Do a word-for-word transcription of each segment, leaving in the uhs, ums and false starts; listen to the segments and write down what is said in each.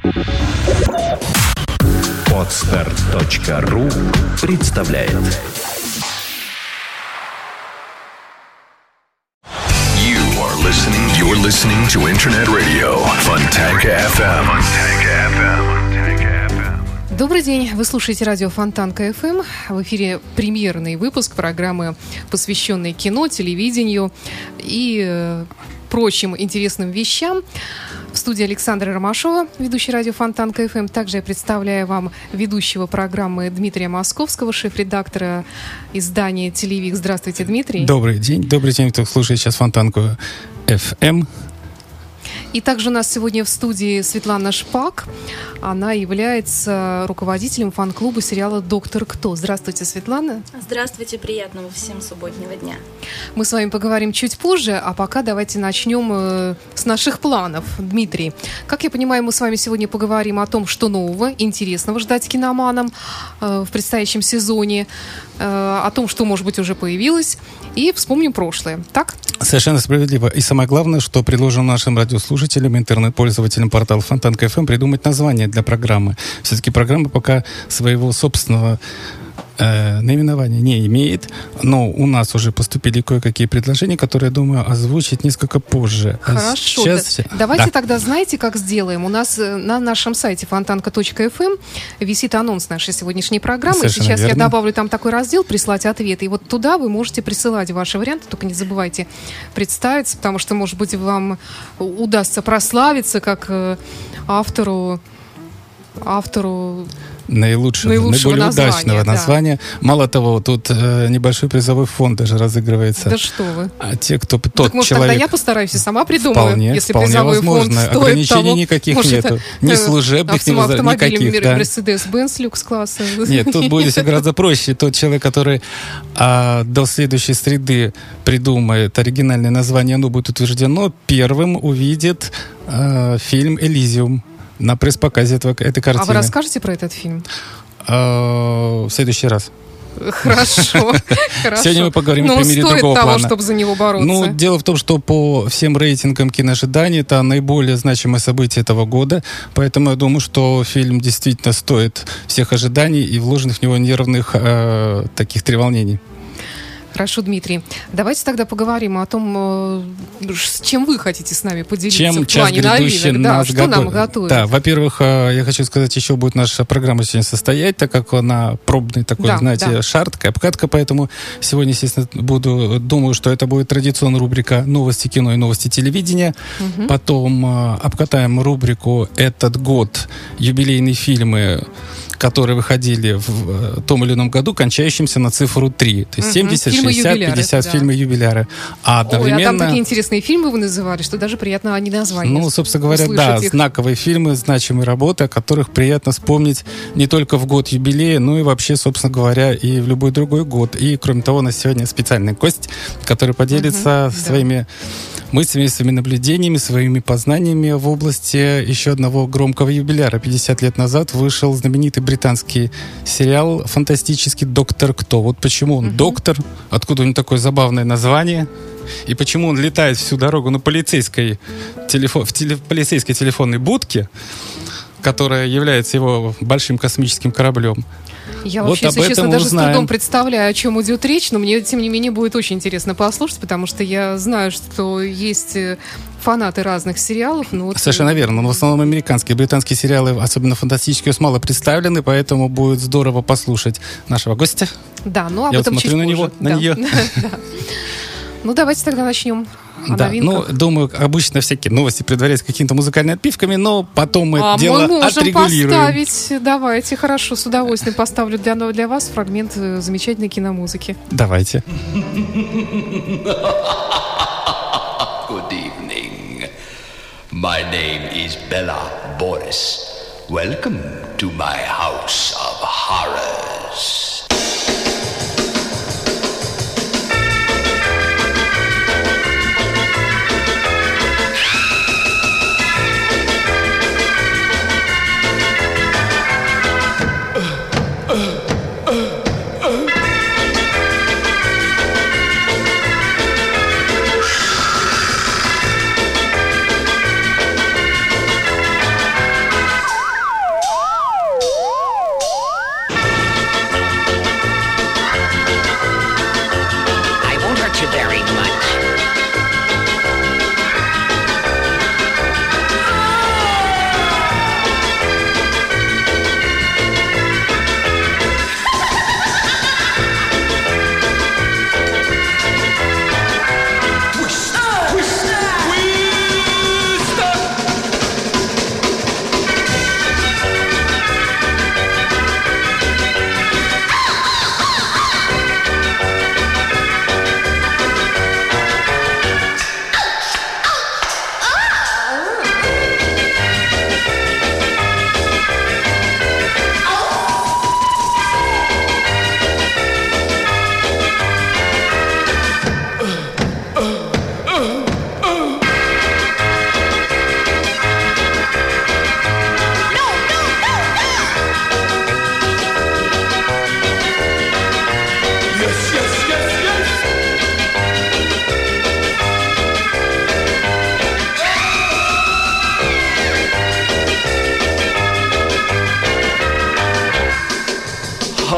Подстер точка ру представляет. You are listening, you're listening to Internet Radio Фонтанка эф эм. Добрый день, вы слушаете радио Фонтанка эф эм. В эфире премьерный выпуск программы, посвященной кино, телевидению и э, прочим интересным вещам. В студии Александра Ромашова, ведущий радио Фонтанка эф эм. Также я представляю вам ведущего программы Дмитрия Московского, шеф-редактора издания «Телевик». Здравствуйте, Дмитрий. Добрый день. Добрый день, кто слушает сейчас Фонтанку эф эм. И также у нас сегодня в студии Светлана Шпак. Она является руководителем фан-клуба сериала «Доктор Кто». Здравствуйте, Светлана. Здравствуйте, приятного всем субботнего дня. Мы с вами поговорим чуть позже, а пока давайте начнем э, с наших планов. Дмитрий, как я понимаю, мы с вами сегодня поговорим о том, что нового, интересного ждать киноманам э, в предстоящем сезоне, э, о том, что, может быть, уже появилось, и вспомним прошлое. Так? Совершенно справедливо. И самое главное, что предложим нашим радиослушателям, интернет-пользователям портала Фонтанка эф эм придумать название для программы. Все-таки программа пока своего собственного э, наименования не имеет, но у нас уже поступили кое-какие предложения, которые, я думаю, озвучить несколько позже. Хорошо. А сейчас... Давайте да. тогда, знаете, как сделаем? У нас на нашем сайте фонтанка точка эф эм висит анонс нашей сегодняшней программы. Совершенно Сейчас верно. я добавлю там такой раздел «Прислать ответы». И вот туда вы можете присылать ваши варианты. Только не забывайте представиться, потому что, может быть, вам удастся прославиться как э, автору... автору Наилучшего, наилучшего наиболее названия, удачного да. названия. Мало того, тут э, небольшой призовой фонд даже разыгрывается. Да что вы. А те, кто тот Так, может, человек... тогда я постараюсь и сама придумаю, Вполне, если вполне призовой возможно. фонд стоит Ограничений того. никаких Может, нету. это, Ни э, служебных, ни воз- автомобиль никаких. Да. Mercedes-Benz люкс-класса. Нет, тут будет все гораздо проще. Тот человек, который а, до следующей среды придумает оригинальное название, оно будет утверждено, первым увидит а, фильм «Элизиум» на пресс-показе этого, этой картины. А вы расскажете про этот фильм? А, в следующий раз. Хорошо, хорошо. Сегодня мы поговорим Но о примере стоит другого того, плана. чтобы за него бороться. Ну, дело в том, что по всем рейтингам киноожиданий это наиболее значимое событие этого года, поэтому я думаю, что фильм действительно стоит всех ожиданий и вложенных в него нервных э, таких треволнений. Хорошо, Дмитрий. Давайте тогда поговорим о том, э, с чем вы хотите с нами поделиться Чем в час плане грядущий новинок. Да, нас что готовит. нам готовят? Да, во-первых, э, я хочу сказать, еще будет наша программа сегодня состоять, так как она пробный такой, Да, знаете, да. шар, такая обкатка, поэтому сегодня, естественно, буду, думаю, что это будет традиционная рубрика «Новости кино» и «Новости телевидения». Угу. Потом э, обкатаем рубрику «Этот год. Юбилейные фильмы», которые выходили в том или ином году, кончающимся на цифру три. То есть семьдесят, Фильмы шестьдесят, юбиляры, пятьдесят да. фильмы юбиляры. А одновременно... Ой, а там такие интересные фильмы вы называли, что даже приятно они названия Ну, собственно говоря, услышать да, их. знаковые фильмы, значимые работы, о которых приятно вспомнить не только в год юбилея, но и вообще, собственно говоря, и в любой другой год. И, кроме того, у нас сегодня специальный гость, который поделится Мгм, своими мыслями, своими наблюдениями, своими познаниями в области еще одного громкого юбиляра. пятьдесят лет назад вышел знаменитый британский сериал фантастический «Доктор Кто». Вот почему он Мгм. доктор, откуда у него такое забавное название, и почему он летает всю дорогу на полицейской, телефо- в теле- полицейской телефонной будке, которая является его большим космическим кораблем. Я Вот вообще, об если честно, этом даже с узнаем. трудом представляю, о чем идет речь, но мне, тем не менее, будет очень интересно послушать, потому что я знаю, что есть э, фанаты разных сериалов. Но вот, Совершенно верно. Но в основном американские, британские сериалы, особенно фантастические, мало представлены, поэтому будет здорово послушать нашего гостя. Да, ну об Я этом вот чуть смотрю на позже. него, на Да. нее. Да. Ну, давайте тогда начнем о Да, ну, новинках. думаю, обычно всякие новости предваряются какими-то музыкальными отпивками, но потом мы А это дело мы можем отрегулируем. поставить, давайте, хорошо, с удовольствием поставлю для, для вас фрагмент э, замечательной киномузыки. Давайте. Good evening. My name is Bella Boris. Welcome to my house of horrors.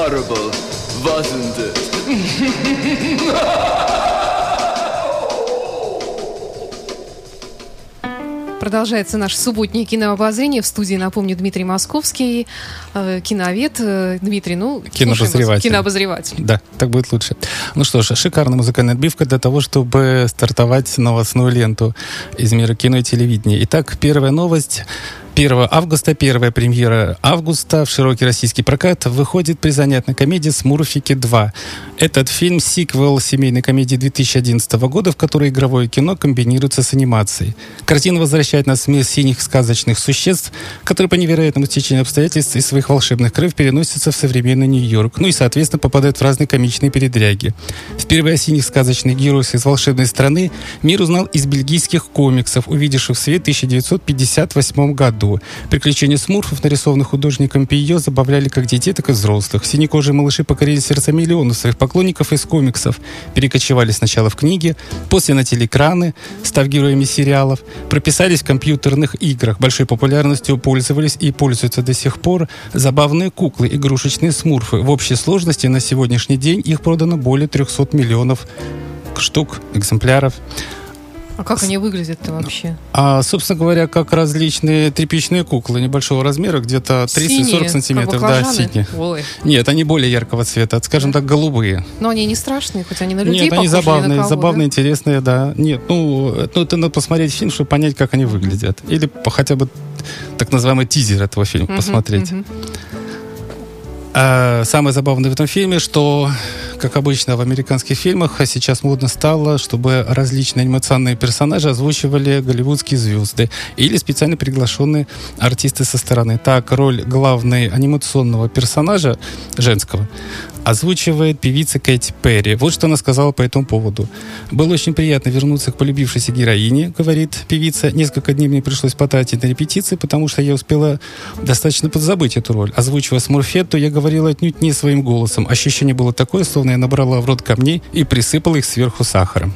terrible, wasn't it? Продолжается наше субботнее кинообозрение. В студии, напомню, Дмитрий Московский, э, киновед. Э, Дмитрий, ну, кинообозреватель. кинообозреватель. Да, так будет лучше. Ну что ж, шикарная музыкальная отбивка для того, чтобы стартовать новостную ленту из мира кино и телевидения. Итак, первая новость. первого августа, первая премьера августа в широкий российский прокат выходит призанятная комедия «Смурфики два». Этот фильм — сиквел семейной комедии две тысячи одиннадцатого года, в которой игровое кино комбинируется с анимацией. Картина возвращает нас в мир синих сказочных существ, которые по невероятному стечению обстоятельств из своих волшебных крыльев переносятся в современный Нью-Йорк, ну и, соответственно, попадают в разные комичные передряги. Впервые о синих сказочных героях из волшебной страны мир узнал из бельгийских комиксов, увидевших свет в тысяча девятьсот пятьдесят восьмом году. Приключения смурфов, нарисованных художником Пийо, забавляли как детей, так и взрослых. Синекожие малыши покорили сердца миллионов своих поклонников из комиксов, перекочевали сначала в книги, после на телеэкраны, став героями сериалов, прописались в компьютерных играх. Большой популярностью пользовались и пользуются до сих пор забавные куклы, игрушечные смурфы. В общей сложности на сегодняшний день их продано более трехсот миллионов штук, экземпляров. А как они выглядят-то вообще? А, собственно говоря, как различные тряпичные куклы небольшого размера, где-то тридцать-сорок сантиметров. Да, синие. Ой. Нет, они более яркого цвета, скажем так, голубые. Но они не страшные, хоть они на людей Нет, похожи. Нет, они забавные, на кого, забавные, да? интересные, да. Нет, ну, ну, это надо посмотреть фильм, чтобы понять, как они выглядят. Или по, хотя бы так называемый тизер этого фильма uh-huh, посмотреть. Uh-huh. А, самое забавное в этом фильме, что, как обычно в американских фильмах, сейчас модно стало, чтобы различные анимационные персонажи озвучивали голливудские звезды или специально приглашенные артисты со стороны. Так, роль главной анимационного персонажа, женского, озвучивает певица Кэти Перри. Вот что она сказала по этому поводу. «Было очень приятно вернуться к полюбившейся героине», говорит певица. «Несколько дней мне пришлось потратить на репетиции, потому что я успела достаточно подзабыть эту роль. Озвучивая Смурфетту, я говорила отнюдь не своим голосом. Ощущение было такое, словно я набрала в рот камней и присыпала их сверху сахаром».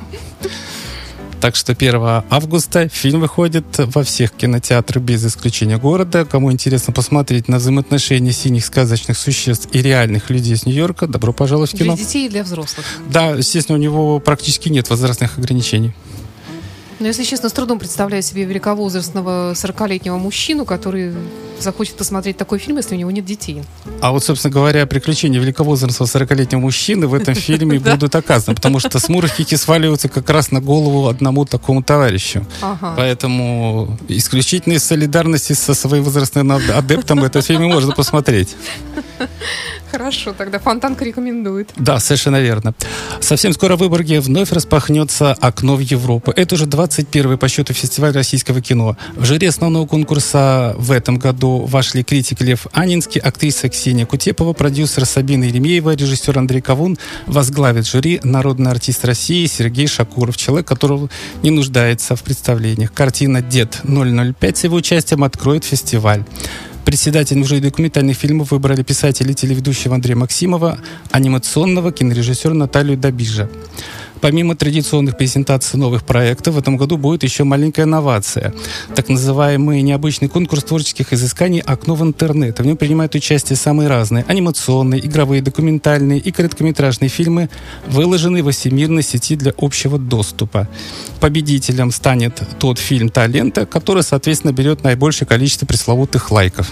Так что первого августа фильм выходит во всех кинотеатрах без исключения города. Кому интересно посмотреть на взаимоотношения синих сказочных существ и реальных людей из Нью-Йорка, добро пожаловать в кино. Для детей и для взрослых. Да, естественно, у него практически нет возрастных ограничений. Но, если честно, с трудом представляю себе великовозрастного сорокалетнего мужчину, который захочет посмотреть такой фильм, если у него нет детей. А вот, собственно говоря, приключения великовозрастного сорокалетнего мужчины в этом фильме будут оказаны, потому что смурфики сваливаются как раз на голову одному такому товарищу. Поэтому исключительной солидарности со своим возрастным адептом этот фильм можно посмотреть. Хорошо, тогда Фонтанка рекомендует. Да, совершенно верно. Совсем скоро в Выборге вновь распахнется окно в Европу. Это уже двадцать первый по счету фестиваль российского кино. В жюри основного конкурса в этом году вошли критик Лев Анинский, актриса Ксения Кутепова, продюсер Сабина Еремеева, режиссер Андрей Кавун. Возглавит жюри народный артист России Сергей Шакуров, человек, который не нуждается в представлениях. Картина «Дед ноль ноль пять» с его участием откроет фестиваль. Председателем жюри документальных фильмов выбрали писателя и телеведущего Андрея Максимова, анимационного кинорежиссера Наталью Добижа. Помимо традиционных презентаций новых проектов, в этом году будет еще маленькая инновация. Так называемый необычный конкурс творческих изысканий «Окно в интернет». В нем принимают участие самые разные анимационные, игровые, документальные и короткометражные фильмы, выложенные во всемирной сети для общего доступа. Победителем станет тот фильм, та лента, которая, соответственно, берет наибольшее количество пресловутых лайков.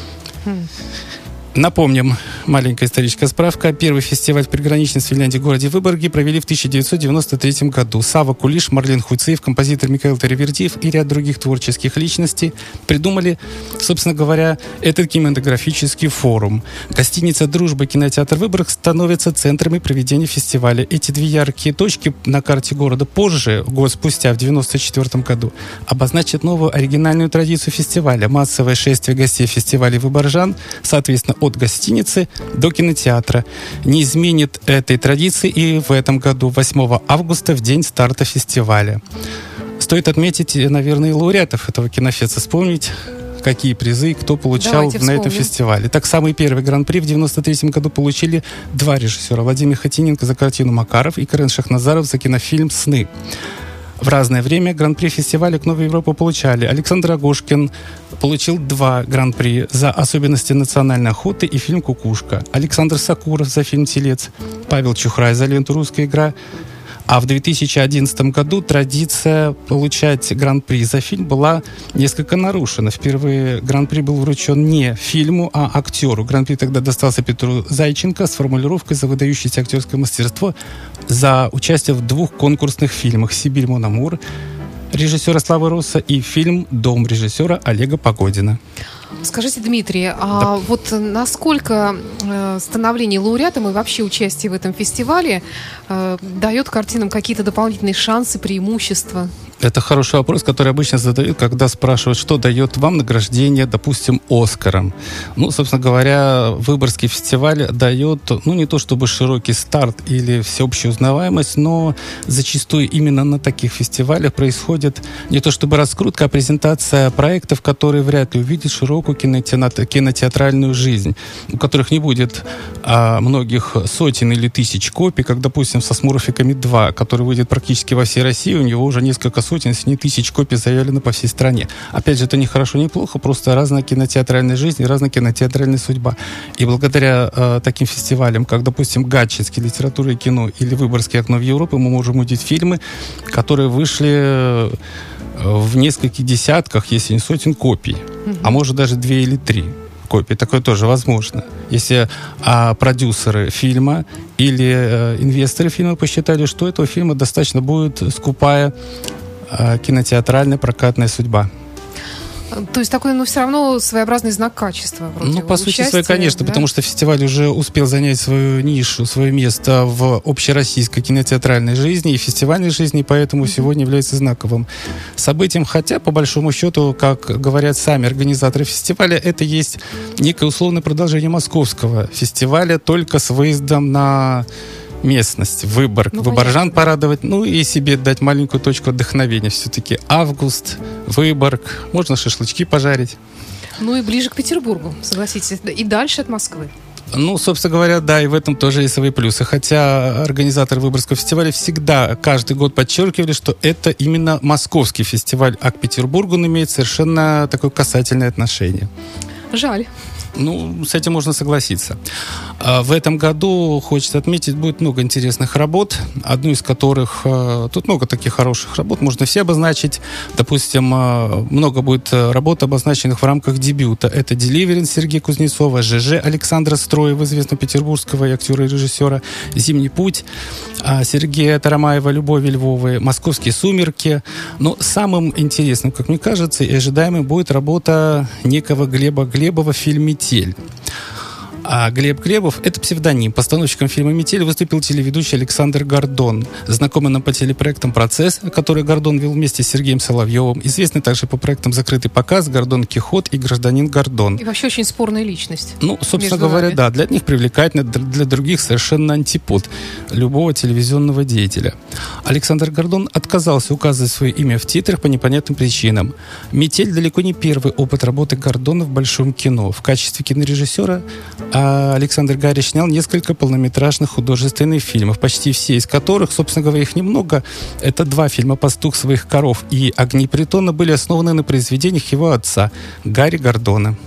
Напомним, маленькая историческая справка. Первый фестиваль в приграничной с Финляндией городе Выборге провели в тысяча девятьсот девяносто третьем году. Сава Кулиш, Марлен Хуйцеев, композитор Михаил Таривердиев и ряд других творческих личностей придумали, собственно говоря, этот кинематографический форум. Гостиница «Дружба» кинотеатр Выборг становятся центрами проведения фестиваля. Эти две яркие точки на карте города позже, год спустя, в девяносто четвёртом году, обозначат новую оригинальную традицию фестиваля. Массовое шествие гостей фестиваля выборжан, соответственно, от гостиницы до кинотеатра. Не изменит этой традиции и в этом году, восьмого августа, в день старта фестиваля. Стоит отметить, наверное, и лауреатов этого кинофеста, вспомнить, какие призы, кто получал Давайте на этом вспомним. фестивале. Так, самый первый гран-при в девяносто третьем году получили два режиссера. Владимир Хотиненко за картину «Макаров» и Карен Шахназаров за кинофильм «Сны». В разное время гран-при фестиваля «Окно в Европу» получали Александр Агошкин получил два гран-при за особенности национальной охоты и фильм «Кукушка». Александр Сакуров за фильм «Телец», Павел Чухрай за ленту «Русская игра». А в две тысячи одиннадцатом году традиция получать гран-при за фильм была несколько нарушена. Впервые гран-при был вручен не фильму, а актеру. Гран-при тогда достался Петру Зайченко с формулировкой за выдающееся актерское мастерство за участие в двух конкурсных фильмах «Сибирь Мон Амур» режиссера Славы Росса и фильм «Дом» режиссера Олега Погодина. Скажите, Дмитрий, а вот насколько э, становление лауреатом и вообще участие в этом фестивале э, дает картинам какие-то дополнительные шансы, преимущества? Это хороший вопрос, который обычно задают, когда спрашивают, что дает вам награждение, допустим, Оскаром. Ну, собственно говоря, Выборгский фестиваль дает, ну, не то чтобы широкий старт или всеобщую узнаваемость, но зачастую именно на таких фестивалях происходит не то чтобы раскрутка, а презентация проектов, которые вряд ли увидят широкую кинотеатральную жизнь, у которых не будет а, многих сотен или тысяч копий, как, допустим, со «Смурфиками два», который выйдет практически во всей России, у него уже несколько сотен, если не тысяч копий заявлено по всей стране. Опять же, это не хорошо, не плохо, просто разная кинотеатральная жизнь и разная кинотеатральная судьба. И благодаря э, таким фестивалям, как, допустим, Гатчинский «Литература и кино» или Выборгский «Окно в Европу», мы можем увидеть фильмы, которые вышли в нескольких десятках, если не сотен копий, mm-hmm. а может даже две или три копии. Такое тоже возможно. Если а, продюсеры фильма или а, инвесторы фильма посчитали, что у этого фильма достаточно будет скупая а, кинотеатральная прокатная судьба. То есть такой, ну, все равно своеобразный знак качества. Ну, по сути своей, конечно, да? Потому что фестиваль уже успел занять свою нишу, свое место в общероссийской кинотеатральной жизни и фестивальной жизни, поэтому mm-hmm. сегодня является знаковым событием. Хотя, по большому счету, как говорят сами организаторы фестиваля, это есть некое условное продолжение московского фестиваля, только с выездом на местность, Выборг, ну, Выборжан понятно. Порадовать, ну и себе дать маленькую точку отдохновения. Все-таки август, Выборг, можно шашлычки пожарить. Ну и ближе к Петербургу, согласитесь, и дальше от Москвы. Ну, собственно говоря, да, и в этом тоже есть свои плюсы. Хотя организаторы Выборгского фестиваля всегда, каждый год подчеркивали, что это именно московский фестиваль, а к Петербургу он имеет совершенно такое касательное отношение. Жаль. Ну, с этим можно согласиться. В этом году, хочется отметить, будет много интересных работ, одну из которых, тут много таких хороших работ, можно все обозначить. Допустим, много будет работ, обозначенных в рамках дебюта. Это «Деливеринс» Сергея Кузнецова, «ЖЖ» Александра Строева, известного петербургского и актера и режиссера, «Зимний путь» Сергея Тарамаева, Любови Львовой, «Московские сумерки». Но самым интересным, как мне кажется, и ожидаемым будет работа некого Глеба Глебова в фильме «Метель». А Глеб Глебов — это псевдоним. Постановщиком фильма «Метель» выступил телеведущий Александр Гордон, знакомый нам по телепроектам «Процесс», который Гордон вел вместе с Сергеем Соловьевым, известный также по проектам «Закрытый показ», «Гордон Кихот» и «Гражданин Гордон». И вообще очень спорная личность. Ну, собственно говоря, да, для одних привлекательно, для других совершенно антипод любого телевизионного деятеля. Александр Гордон отказался указывать свое имя в титрах по непонятным причинам. «Метель» далеко не первый опыт работы Гордона в большом кино. В качестве кинорежиссера Александр Гарич снял несколько полнометражных художественных фильмов, почти все из которых, собственно говоря, их немного. Это два фильма «Пастух своих коров» и «Огни притона» были основаны на произведениях его отца Гарри Гордона.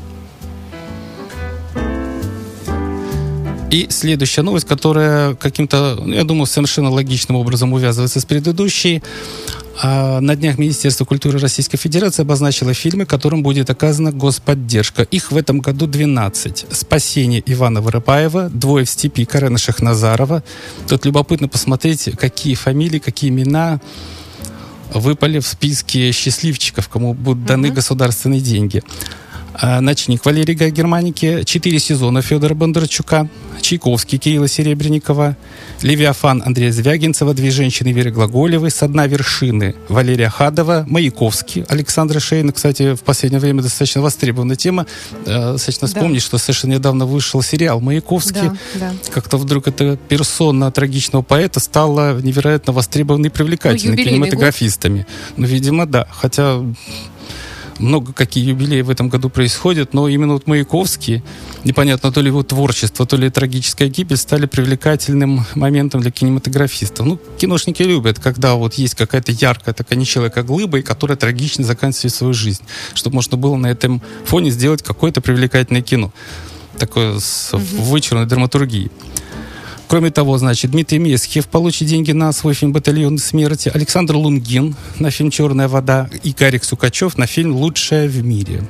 И следующая новость, которая каким-то, я думаю, совершенно логичным образом увязывается с предыдущей. На днях Министерство культуры Российской Федерации обозначило фильмы, которым будет оказана господдержка. Их в этом году двенадцать. «Спасение» Ивана Воропаева, «Двое в степи» Карена Шахназарова. Тут любопытно посмотреть, какие фамилии, какие имена выпали в списке счастливчиков, кому будут даны mm-hmm. государственные деньги. «Ночник» Валерия Гай Германики, «Четыре сезона» Федора Бондарчука, «Чайковский» Кирилла Серебренникова, «Левиафан» Андрея Звягинцева, «Две женщины» Веры Глаголевой, «Со дна вершины» Валерия Хадова, «Маяковский» Александра Шейна. Кстати, в последнее время достаточно востребованная тема. Достаточно да. вспомнить, что совершенно недавно вышел сериал «Маяковский». Да, да. Как-то вдруг эта персона трагичного поэта стала невероятно востребованной и привлекательной ну, кинематографистами. Год. Ну, видимо, да. Хотя... много какие юбилеи в этом году происходят, но именно вот Маяковский, непонятно, то ли его творчество, то ли трагическая гибель стали привлекательным моментом для кинематографистов. Ну, киношники любят, когда вот есть какая-то яркая такая не человек, а глыба, и которая трагично заканчивает свою жизнь, чтобы можно было на этом фоне сделать какое-то привлекательное кино. Такое с mm-hmm. вычурной драматургией. Кроме того, значит, Дмитрий Месхиев получит деньги на свой фильм «Батальон смерти», Александр Лунгин на фильм «Черная вода» и Гарик Сукачев на фильм «Лучшая в мире».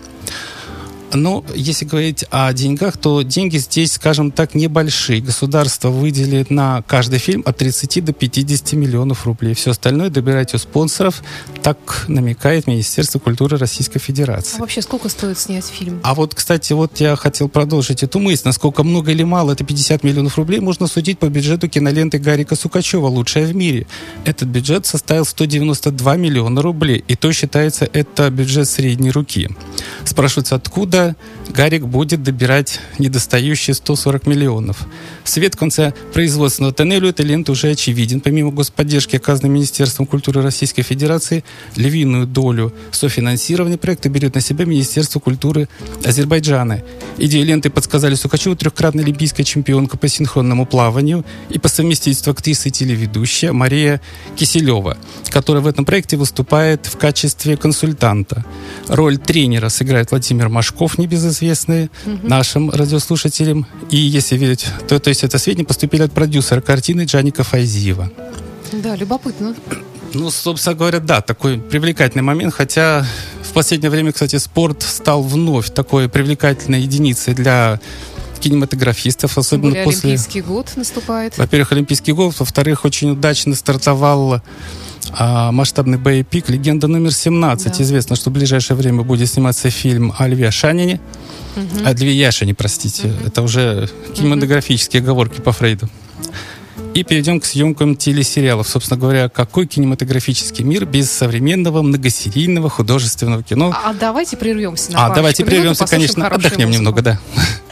Но если говорить о деньгах, то деньги здесь, скажем так, небольшие. Государство выделит на каждый фильм от тридцати до пятидесяти миллионов рублей. Все остальное добирайте у спонсоров, так намекает Министерство культуры Российской Федерации. А вообще сколько стоит снять фильм? А вот, кстати, вот я хотел продолжить эту мысль. Насколько много или мало это пятьдесят миллионов рублей, можно судить по бюджету киноленты Гарика Сукачева «Лучшая в мире». Этот бюджет составил сто девяносто два миллиона рублей. И то считается, это бюджет средней руки. Спрашивается, откуда Гарик будет добирать недостающие сто сорок миллионов. Свет в конце производственного тоннеля этой ленты уже очевиден. Помимо господдержки, оказанной Министерством культуры Российской Федерации, львиную долю софинансирования проекта берет на себя Министерство культуры Азербайджана. Идею ленты подсказали Сукачеву трехкратная олимпийская чемпионка по синхронному плаванию и по совместительству актриса и телеведущая Мария Киселева, которая в этом проекте выступает в качестве консультанта. Роль тренера сыграет Владимир Машков, небезызвестный mm-hmm. нашим радиослушателям. И если верить, то, то есть это сведения поступили от продюсера картины Джаника Файзиева. Да, любопытно. Ну, собственно говоря, да, такой привлекательный момент, хотя в последнее время, кстати, спорт стал вновь такой привлекательной единицей для кинематографистов, особенно более после... Олимпийский год наступает. Во-первых, Олимпийский год, во-вторых, очень удачно стартовал а, масштабный боепик «Легенда номер семнадцать». Да. Известно, что в ближайшее время будет сниматься фильм о Льве Яшине. Угу. О Льве Яшине, простите. Угу. Это уже кинематографические угу. оговорки по Фрейду. И перейдем к съемкам телесериалов. Собственно говоря, какой кинематографический мир без современного многосерийного художественного кино? А давайте прервемся на А давайте прервемся, конечно, отдохнем музыку. Немного, да.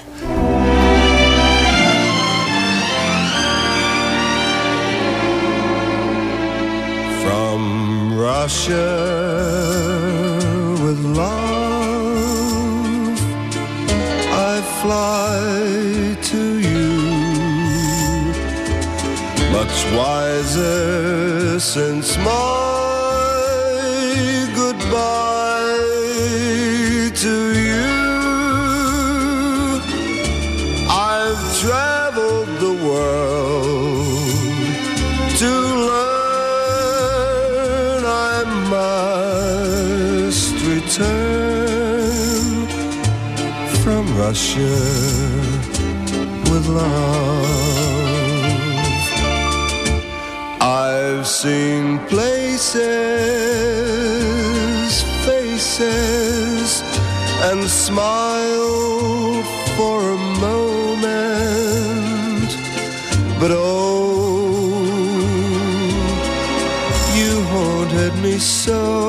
From Russia with love I fly to you, much wiser since my goodbye to you. I've traveled the world to learn I must return from Russia with love. I've seen places, faces, and smiled for a moment, but oh, you haunted me so.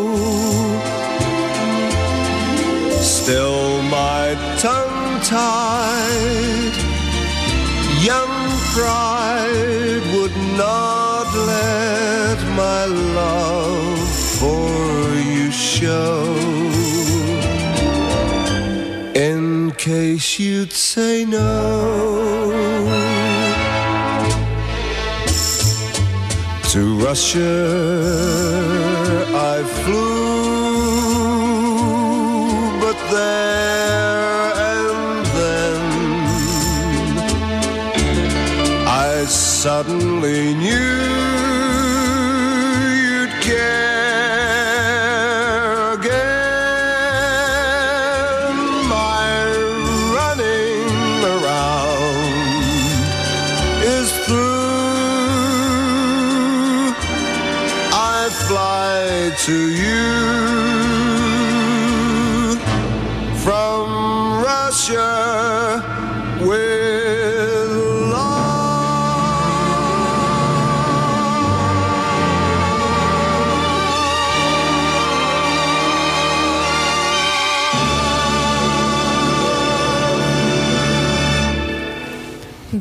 Still my tongue-tied young pride would not let my love for you show, in case you'd say no. To Russia I flew, but there and then I suddenly knew you'd care again. My running around is through. I fly to you from Russia with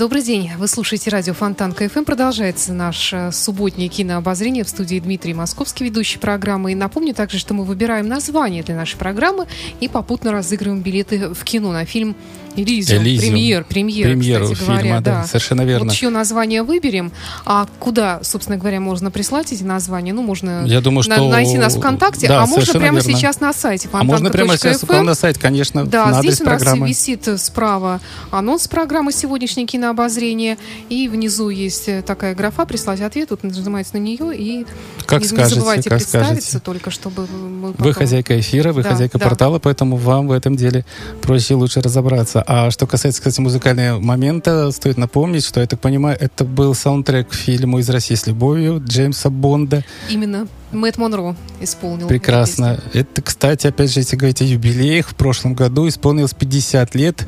Добрый день. Вы слушаете радио Фонтанка эф эм. Продолжается наше субботнее кинообозрение. В студии Дмитрий Московский, ведущий программы. И напомню также, что мы выбираем название для нашей программы и попутно разыгрываем билеты в кино на фильм «Элизиум». Элизиум. Премьер, премьер, Премьеру кстати говоря. фильма, да, да, совершенно верно. Вот чье название выберем, а куда, собственно говоря, можно прислать эти названия? Ну, можно Я думаю, на- что... найти нас ВКонтакте, Да, а можно совершенно прямо верно. сейчас на сайте А можно прямо сейчас фонтанка точка эф эм. на сайт, конечно, Да, на адрес здесь у нас программы. висит справа анонс программы «Сегодняшнее кинообозрение», и внизу есть такая графа «Прислать ответ». Тут нажимаете на нее и Как не, скажете, не забывайте как представиться, скажете. только чтобы мы потом... Вы хозяйка эфира, вы Да, хозяйка да. портала, поэтому вам в этом деле проще и лучше разобраться. А что касается, кстати, музыкального момента, стоит напомнить, что, я так понимаю, это был саундтрек к фильму «Из России с любовью» Джеймса Бонда. Именно. Мэтт Монро исполнил. Прекрасно. Это, кстати, опять же, если говорить о юбилеях, в прошлом году исполнилось пятьдесят лет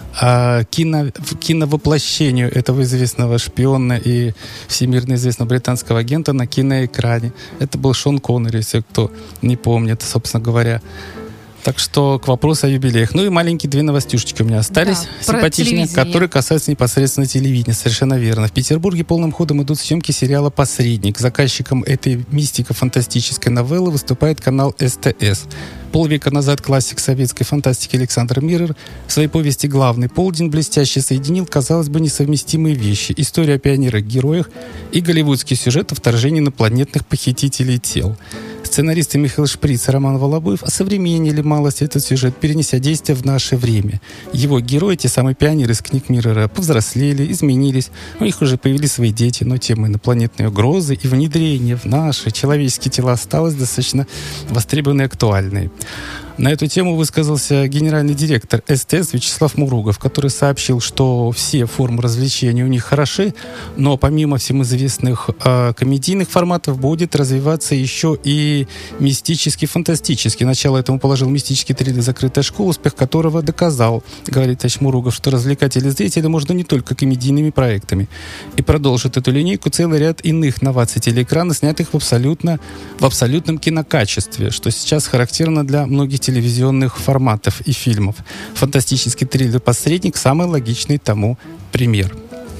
а, кино, киновоплощению этого известного шпиона и всемирно известного британского агента на киноэкране. Это был Шон Коннери, если кто не помнит, собственно говоря. Так что к вопросу о юбилеях. Ну и маленькие две новостюшечки у меня остались, Да, про симпатичные, телевидение. которые касаются непосредственно телевидения. Совершенно верно. В Петербурге полным ходом идут съемки сериала «Посредник». Заказчиком этой мистико-фантастической новеллы выступает канал эс тэ эс. Полвека назад классик советской фантастики Александр Миррор в своей повести «Главный полдень» блестяще соединил, казалось бы, несовместимые вещи. Историю о пионерах-героях и голливудский сюжет о вторжении инопланетных похитителей тел. Сценаристы Михаил Шприц и Роман Волобуев осовременили малость этот сюжет, перенеся действие в наше время. Его герои, те самые пионеры из книг Миррора, повзрослели, изменились. У них уже появились свои дети, но тема инопланетной угрозы и внедрения в наши человеческие тела осталась достаточно востребованной и актуальной. На эту тему высказался генеральный директор эс тэ эс Вячеслав Муругов, который сообщил, что все формы развлечения у них хороши, но помимо всем известных э, комедийных форматов будет развиваться еще и мистический, фантастический. Начало этому положил мистический триллер «Закрытая школа», успех которого доказал, говорит товарищ Муругов, что развлекать телезрителей можно не только комедийными проектами. И продолжит эту линейку целый ряд иных новаций телеэкрана, снятых в, абсолютно, в абсолютном кинокачестве, что сейчас характерно для многих телевизионных форматов и фильмов. Фантастический триллер «Посредник» — самый логичный тому пример.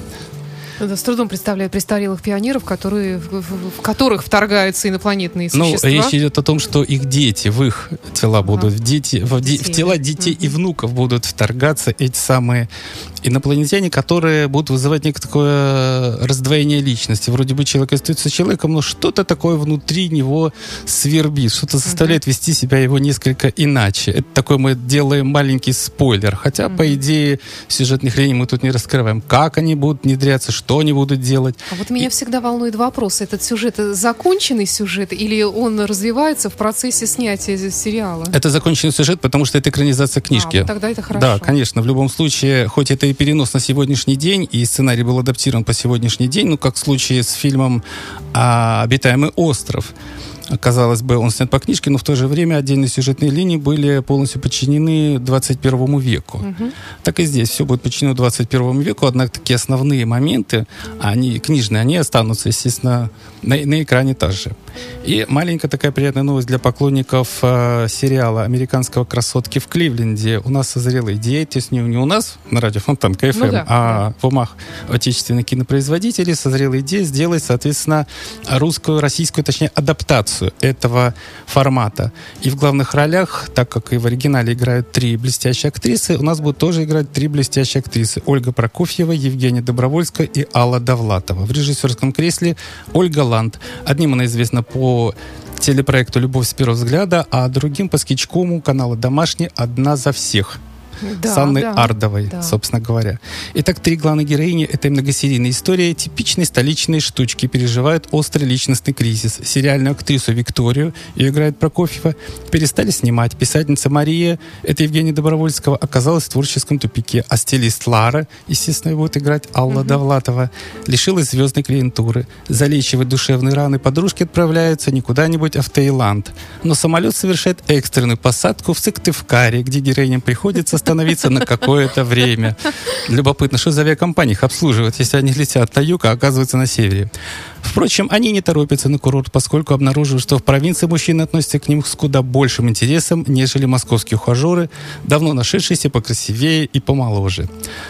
Да, с трудом представляю престарелых пионеров, которые, в, в- в которых вторгаются инопланетные Ну, существа. речь идет о том, что их дети, в их тела будут, в, дети, в, де- в Детей, тела да. детей и Мгм. внуков будут вторгаться эти самые инопланетяне, которые будут вызывать некое такое раздвоение личности. Вроде бы человек остается человеком, но что-то такое внутри него свербит, что-то заставляет вести себя его несколько иначе. Это такой мы делаем маленький спойлер. Хотя, по идее, сюжетных линий мы тут не раскрываем. Как они будут внедряться, что они будут делать. А вот меня всегда волнует вопрос, этот сюжет законченный сюжет или он развивается в процессе снятия сериала? Это законченный сюжет, потому что это экранизация книжки. А, вот тогда это хорошо. Да, конечно. В любом случае, хоть это и перенос на сегодняшний день, и сценарий был адаптирован по сегодняшний день, ну, как в случае с фильмом а, «Обитаемый остров». Казалось бы, он снят по книжке, но в то же время отдельные сюжетные линии были полностью подчинены двадцать первому веку. Мгм. Так и здесь все будет подчинено двадцать первому веку, однако такие основные моменты, они книжные, они останутся, естественно, на, на экране также. И маленькая такая приятная новость для поклонников э, сериала «Американского красотки в Кливленде». У нас созрела идея, то есть не, не у нас на радио Фонтанка эф эм, Ну да, а в умах отечественных кинопроизводителей созрела идея сделать, соответственно, русскую, российскую, точнее, адаптацию этого формата. И в главных ролях, так как и в оригинале играют три блестящие актрисы, у нас будут тоже играть три блестящие актрисы. Ольга Прокофьева, Евгения Добровольская и Алла Довлатова. В режиссерском кресле Ольга Ланд. Одним она известна по телепроекту «Любовь с первого взгляда», а другим по скетчкому канала «Домашний» «Одна за всех». Да, с Анной да, Ардовой, да. собственно говоря. Итак, три главные героини этой многосерийной истории типичной столичной штучки переживают острый личностный кризис. Сериальную актрису Викторию, ее играет Прокофьева, перестали снимать. Писательница Мария, это Евгения Добровольского, оказалась в творческом тупике. А стилист Лара, естественно, будет играть Алла Мгм. Довлатова, лишилась звездной клиентуры. Залечивать душевные раны подружки отправляются не куда-нибудь, а в Таиланд. Но самолет совершает экстренную посадку в Сыктывкаре, где героиням приходится остановиться на какое-то время. Любопытно, что за авиакомпании их обслуживают, если они летят на юг, а оказываются на севере. Впрочем, они не торопятся на курорт, поскольку обнаруживают, что в провинции мужчины относятся к ним с куда большим интересом, нежели московские ухажеры, давно нашедшиеся покрасивее и помоложе.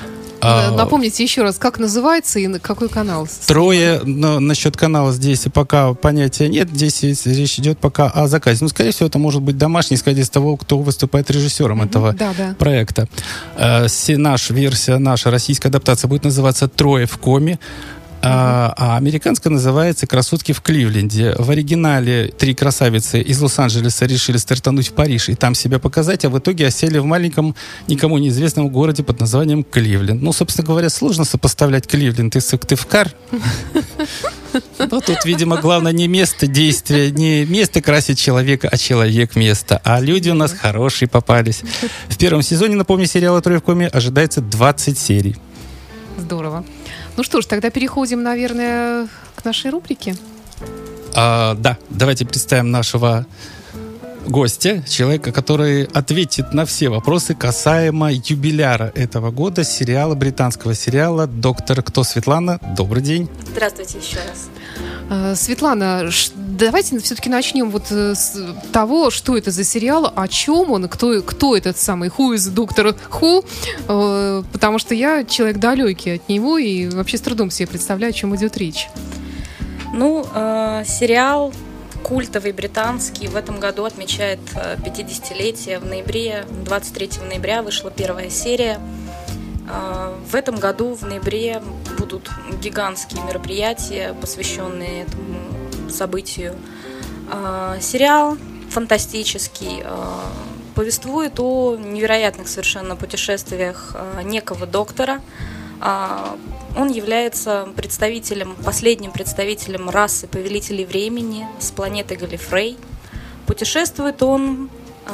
А, Напомните еще раз, как называется и на какой канал? Трое, но насчет канала здесь пока понятия нет. Здесь речь идет пока о заказе. Ну, скорее всего, это может быть домашний, исходя из того, кто выступает режиссером mm-hmm, этого да, да. проекта. А, наша версия, наша российская адаптация будет называться «Трое в коме». А, а американская называется «Красотки в Кливленде». В оригинале три красавицы из Лос-Анджелеса решили стартануть в Париж и там себя показать, а в итоге осели в маленьком, никому неизвестном городе под названием Кливленд. Ну, собственно говоря, сложно сопоставлять Кливленд и Сыктывкар. Но тут, видимо, главное не место действия, не место красит человека, а человек место. А люди у нас хорошие попались. В первом сезоне, напомню, сериала «Трое в коме» ожидается двадцать серий. Здорово. Ну что ж, тогда переходим, наверное, к нашей рубрике. А, да, давайте представим нашего гостя, человека, который ответит на все вопросы касаемо юбиляра этого года, сериала, британского сериала «Доктор Кто». Светлана, добрый день. Здравствуйте еще раз. Светлана, давайте все-таки начнем вот с того, что это за сериал, о чем он, кто, кто этот самый Who is Доктор Who, потому что я человек далекий от него и вообще с трудом себе представляю, о чем идет речь. Ну, э, сериал культовый британский в этом году отмечает пятидесятилетие. В ноябре, двадцать третьего ноября вышла первая серия. В этом году, в ноябре, будут гигантские мероприятия, посвященные этому событию. Сериал фантастический, повествует о невероятных совершенно путешествиях некого доктора. Он является представителем, последним представителем расы повелителей времени с планеты Галифрей. Путешествует он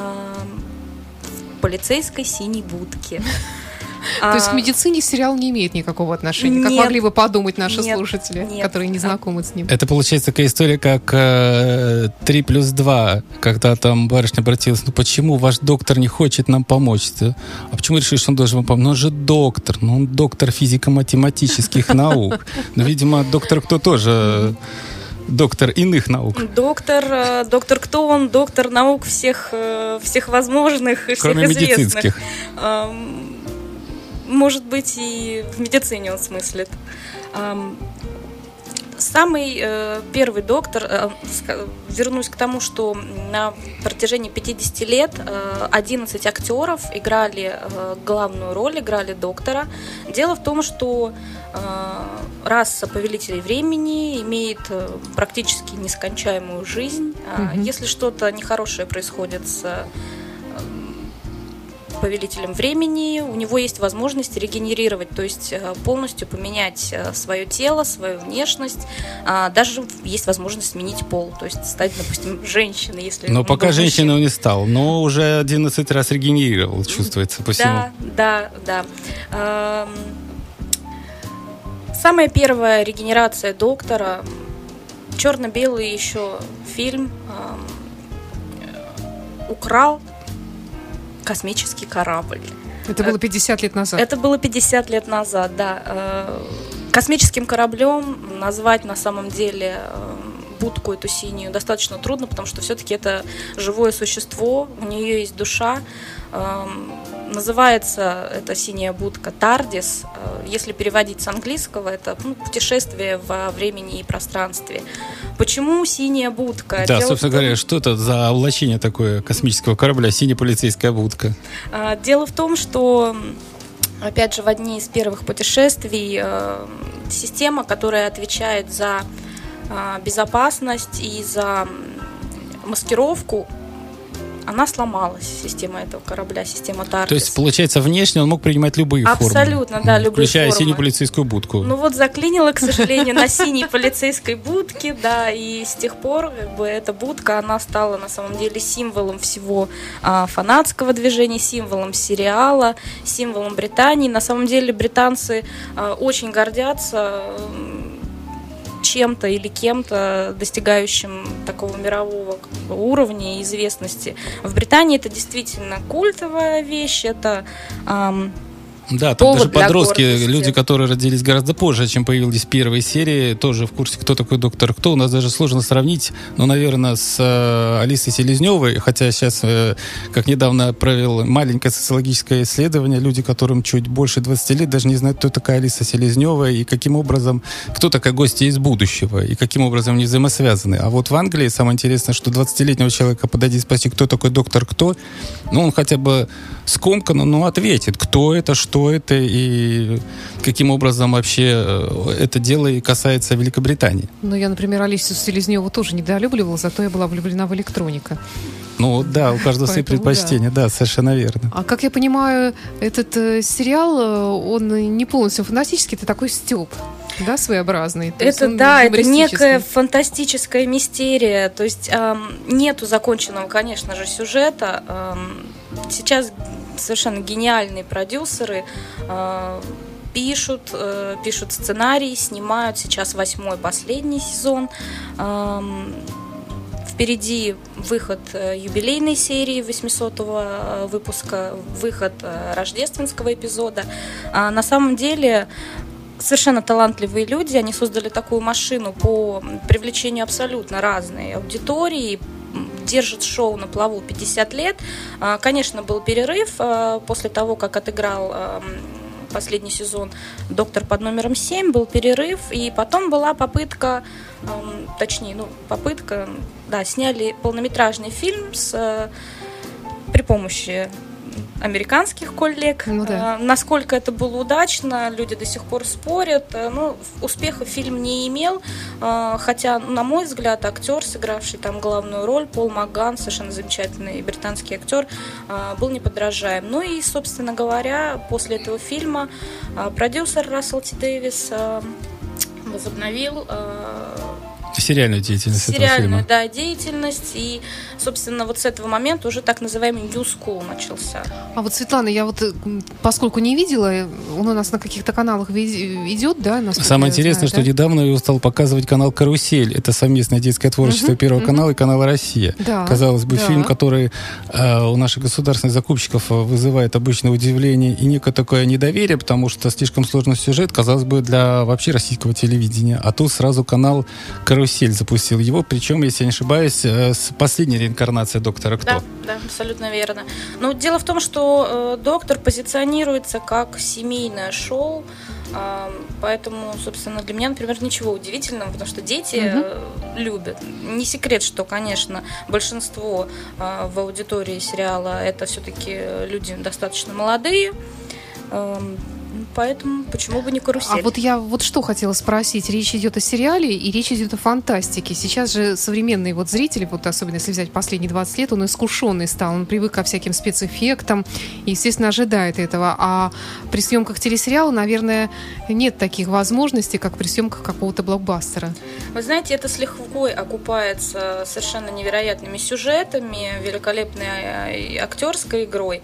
в полицейской синей будке. То есть к медицине сериал не имеет никакого отношения, как нет, могли бы подумать наши нет, слушатели, нет, которые не знакомы с ним. Это получается такая история, как три плюс два, когда там барышня обратилась, ну почему ваш доктор не хочет нам помочь? А почему решили, что он должен вам помочь? Ну он же доктор, ну он доктор физико-математических наук. Ну, видимо, доктор Кто тоже... Доктор иных наук. Доктор, доктор Кто он? Доктор наук всех, всех возможных и всех кроме известных. Медицинских. Может быть, и в медицине он смыслит. Самый э, первый доктор, э, вернусь к тому, что на протяжении пятидесяти лет э, одиннадцать актеров играли э, главную роль, играли доктора. Дело в том, что э, раса повелителей времени имеет э, практически нескончаемую жизнь. Mm-hmm. Если что-то нехорошее происходит с э, повелителем времени, у него есть возможность регенерировать, то есть полностью поменять свое тело, свою внешность, даже есть возможность сменить пол, то есть стать, допустим, женщиной, если... Но пока женщиной он не стал, но уже одиннадцать раз регенерировал, чувствуется по всему. Да, да, да. Самая первая регенерация доктора, черно-белый еще фильм, украл космический корабль. Это было пятьдесят лет назад. Это было пятьдесят лет назад, да. Космическим кораблем назвать на самом деле будку эту синюю достаточно трудно, потому что все-таки это живое существо, у нее есть душа. Называется эта синяя будка Тардис. Если переводить с английского, это ну, путешествие во времени и пространстве. Почему синяя будка? Да, Дело собственно том... говоря, что это за облачение такое космического корабля, синяя полицейская будка? Дело в том, что, опять же, в одни из первых путешествий система, которая отвечает за безопасность и за маскировку, она сломалась, система этого корабля, система Тардис. То есть, получается, внешне он мог принимать любые Абсолютно, формы. Абсолютно, да, любые включая формы. Синюю полицейскую будку. Ну вот заклинило, к сожалению, на синей полицейской будке, да, и с тех пор как бы эта будка, она стала на самом деле символом всего а, фанатского движения, символом сериала, символом Британии. На самом деле британцы а, очень гордятся чем-то или кем-то, достигающим такого мирового уровня и известности. В Британии это действительно культовая вещь, это эм, Да, там повод даже для подростки, гордости. люди, которые родились гораздо позже, чем появились первые серии, тоже в курсе, кто такой доктор Кто. У нас даже сложно сравнить, ну, наверное, с э, Алисой Селезневой, хотя сейчас, э, как недавно провел маленькое социологическое исследование, люди, которым чуть больше двадцати лет, даже не знают, кто такая Алиса Селезнева и каким образом, кто такая гостья из будущего, и каким образом они взаимосвязаны. А вот в Англии самое интересное, что двадцатилетнего человека подойди и спроси, кто такой доктор Кто, ну, он хотя бы скомканно, но ответит, кто это, что это и каким образом вообще это дело и касается Великобритании. Ну, я, например, Алису Селезневу тоже недолюбливала, зато я была влюблена в электроника. Ну, да, у каждого свои Поэтому предпочтения, да. да, совершенно верно. А как я понимаю, этот э, сериал, э, он не полностью фантастический, это такой стёб, да, своеобразный? То есть Это он да, это юмористический. некая фантастическая мистерия. То есть эм, нету законченного, конечно же, сюжета. Эм, сейчас совершенно гениальные продюсеры э, пишут, э, пишут сценарий, снимают сейчас восьмой, последний сезон. Эм, Впереди выход юбилейной серии восьмисотого выпуска, выход рождественского эпизода. А на самом деле совершенно талантливые люди, они создали такую машину по привлечению абсолютно разной аудитории, держит шоу на плаву пятьдесят лет. Конечно, был перерыв после того, как отыграл последний сезон «Доктор под номером семь», был перерыв, и потом была попытка, точнее, ну, попытка, да, сняли полнометражный фильм с, при помощи американских коллег. Ну, да. Насколько это было удачно, люди до сих пор спорят. Ну, успеха фильм не имел, хотя, на мой взгляд, актер, сыгравший там главную роль, Пол Макган, совершенно замечательный британский актер, был неподражаем. Ну и, собственно говоря, после этого фильма продюсер Рассел Т. Дэвис возобновил сериальную деятельность сериальную, этого фильма. да, деятельность. И, собственно, вот с этого момента уже так называемый New School начался. А вот, Светлана, я вот, поскольку не видела, он у нас на каких-то каналах идет, да? Самое интересное, знаю, что да? недавно его стал показывать канал «Карусель». Это совместное детское творчество Угу, Первого угу. канала и канала «Россия». Да, Казалось бы, да. фильм, который э, у наших государственных закупщиков вызывает обычное удивление и некое такое недоверие, потому что слишком сложный сюжет, казалось бы, для вообще российского телевидения. А тут сразу канал «Карусель» запустил его, причем, если я не ошибаюсь, э, с последней реинкарнацией «Доктора Кто». Да, да, абсолютно верно. Но дело в том, что э, «Доктор» позиционируется как семейное шоу, э, поэтому, собственно, для меня, например, ничего удивительного, потому что дети э, любят. Не секрет, что, конечно, большинство э, в аудитории сериала это все-таки люди достаточно молодые, э, поэтому почему бы не «Карусель». А вот я вот что хотела спросить. Речь идет о сериале и речь идет о фантастике. Сейчас же современный вот зритель, вот особенно если взять последние двадцать лет, он искушенный стал, он привык ко всяким спецэффектам и, естественно, ожидает этого. А при съемках телесериала, наверное, нет таких возможностей, как при съемках какого-то блокбастера. Вы знаете, это с лихвой окупается совершенно невероятными сюжетами, великолепной актерской игрой.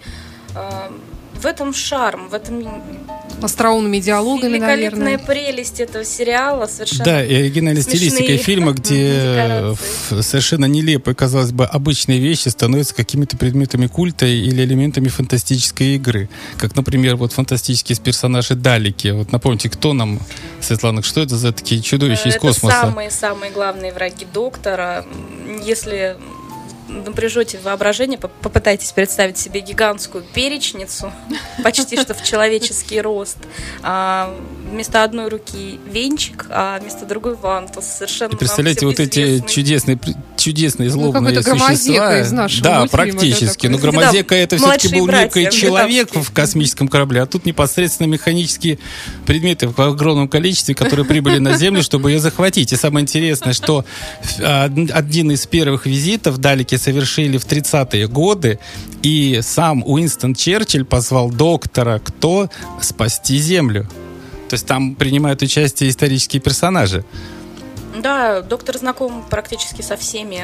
В этом шарм, в этом остроумными диалогами, великолепная наверное. прелесть этого сериала, совершенно. Да, и оригинальной стилистикой фильма, где совершенно нелепые, казалось бы, обычные вещи становятся какими-то предметами культа или элементами фантастической игры. Как, например, вот фантастические персонажи Далеки. Вот напомните, кто нам, Светлана, что это за такие чудовища из космоса? Это самые-самые главные враги Доктора. Если напряжете воображение, попытайтесь представить себе гигантскую перечницу, почти что в человеческий рост. А вместо одной руки венчик, а вместо другой вантус. Совершенно И представляете, вот эти чудесные, чудесные злобные ну, существа. Из нашего да, мультфильма, практически. Да, Но Громозека да, это все-таки был братья, некий человек братские. в космическом корабле, а тут непосредственно механические предметы в огромном количестве, которые прибыли на Землю, чтобы ее захватить. И самое интересное, что один из первых визитов Далеки совершили в тридцатые годы, и сам Уинстон Черчилль позвал доктора Кто спасти Землю. То есть там принимают участие исторические персонажи. Да, доктор знаком практически со всеми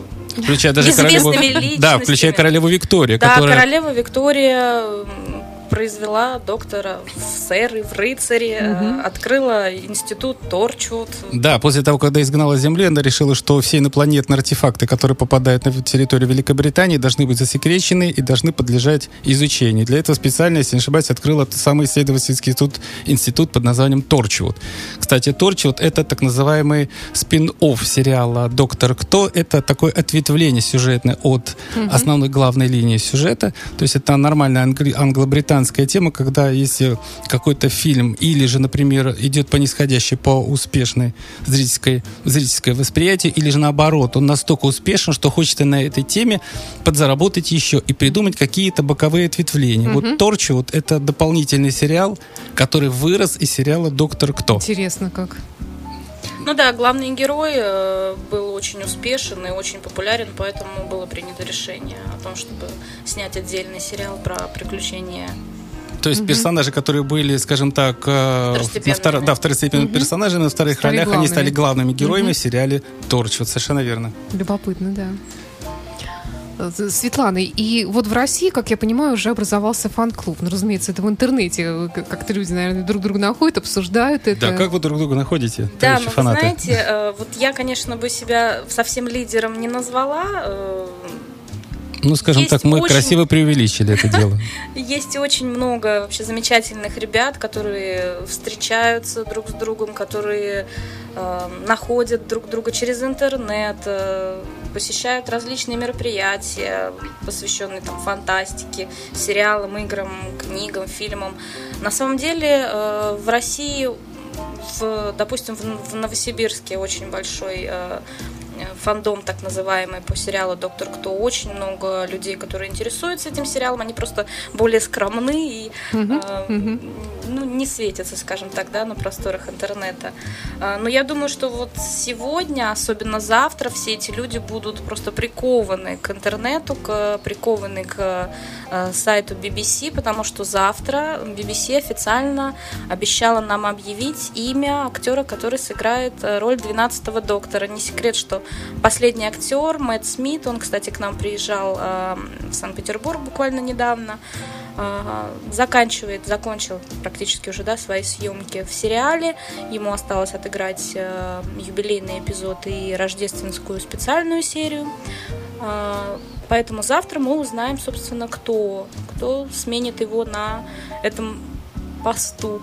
Включая даже королеву, известными личностями. да, включая королеву Викторию, Да, которая... королева Виктория произвела доктора в сэры, в рыцаре, угу. открыла институт Торчвуд. Да, после того, когда изгнала с Земли, она решила, что все инопланетные артефакты, которые попадают на территорию Великобритании, должны быть засекречены и должны подлежать изучению. Для этого специально, если не ошибаюсь, открыла тот самый исследовательский институт, институт под названием Торчвуд. Кстати, Торчвуд — это так называемый спин-офф сериала «Доктор Кто». Это такое ответвление сюжетное от угу. основной главной линии сюжета. То есть это нормальная англи- англо-британская тема, когда если какой-то фильм или же, например, идет по нисходящей, по успешной зрительской, зрительское восприятие, или же наоборот, он настолько успешен, что хочется на этой теме подзаработать еще и придумать какие-то боковые ответвления. Угу. Вот Торчвуд — это дополнительный сериал, который вырос из сериала «Доктор Кто». Интересно как. Ну да, главный герой э, был очень успешен и очень популярен, поэтому было принято решение о том, чтобы снять отдельный сериал про приключения. То есть угу. персонажи, которые были, скажем так, э, на втор... да, второстепенными угу. персонажами, на вторых стали ролях, главными. Они стали главными героями угу. в сериале «Торчвуд». Совершенно верно. Любопытно, да. Светлана, и вот в России, как я понимаю, уже образовался фан-клуб. Ну, разумеется, это в интернете. Как-то люди, наверное, друг друга находят, обсуждают это. Да, как вы друг друга находите? Да, ну, вы знаете, вот я, конечно, бы себя совсем лидером не назвала. Ну, скажем есть так, мы очень... красиво преувеличили это дело. Есть очень много вообще замечательных ребят, которые встречаются друг с другом, которые э, находят друг друга через интернет, э, посещают различные мероприятия, посвященные там фантастике, сериалам, играм, книгам, фильмам. На самом деле э, в России, в, допустим, в, в Новосибирске очень большой э, фандом, так называемый, по сериалу «Доктор Кто». Очень много людей, которые интересуются этим сериалом, они просто более скромны и uh-huh, э, uh-huh. ну, не светятся, скажем так, да, на просторах интернета. Э, но я думаю, что вот сегодня, особенно завтра, все эти люди будут просто прикованы к интернету, к, прикованы к э, сайту би би си, потому что завтра би би си официально обещала нам объявить имя актера, который сыграет роль двенадцатого доктора. Не секрет, что последний актер Мэтт Смит, он, кстати, к нам приезжал э, в Санкт-Петербург буквально недавно, э, заканчивает, закончил практически уже, да, свои съемки в сериале. Ему осталось отыграть э, юбилейный эпизод и рождественскую специальную серию. Э, поэтому завтра мы узнаем, собственно, кто, кто сменит его на этом посту.